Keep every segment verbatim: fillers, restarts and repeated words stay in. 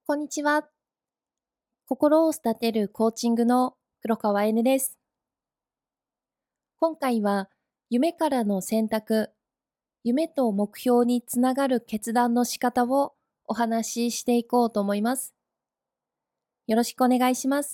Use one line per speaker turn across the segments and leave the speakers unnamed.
こんにちは。心を育てるコーチングの黒川えねです。今回は夢からの選択、夢と目標につながる決断の仕方をお話ししていこうと思います。よろしくお願いします。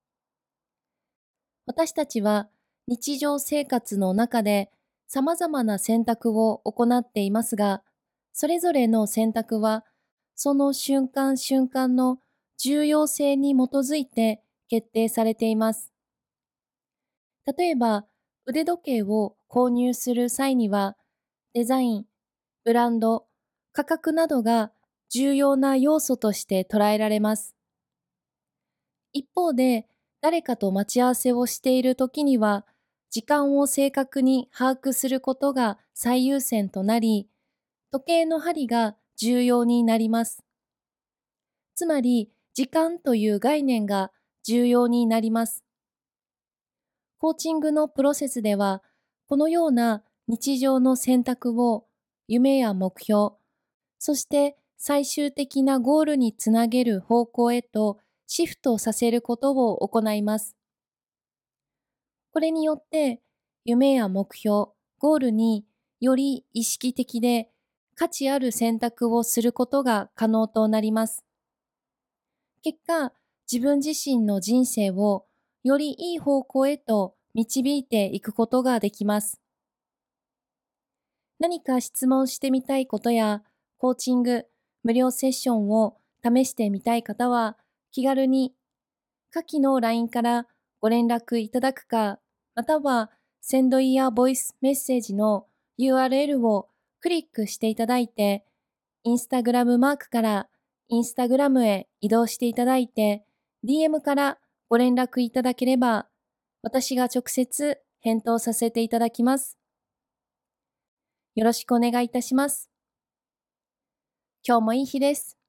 私たちは日常生活の中で様々な選択を行っていますが、それぞれの選択はその瞬間瞬間の重要性に基づいて決定されています。例えば、腕時計を購入する際には、デザイン、ブランド、価格などが重要な要素として捉えられます。一方で、誰かと待ち合わせをしているときには、時間を正確に把握することが最優先となり、時計の針が重要になります。つまり、時間という概念が重要になります。コーチングのプロセスでは、このような日常の選択を夢や目標、そして最終的なゴールにつなげる方向へとシフトさせることを行います。これによって夢や目標、ゴールにより意識的で価値ある選択をすることが可能となります。結果、自分自身の人生をよりいい方向へと導いていくことができます。何か質問してみたいことや、コーチング、無料セッションを試してみたい方は、気軽に下記の ライン からご連絡いただくか、または、センドイヤーボイスメッセージの ユーアールエル をクリックしていただいて、インスタグラムマークからインスタグラムへ移動していただいて、ディーエム からご連絡いただければ、私が直接返答させていただきます。よろしくお願いいたします。今日もいい日です。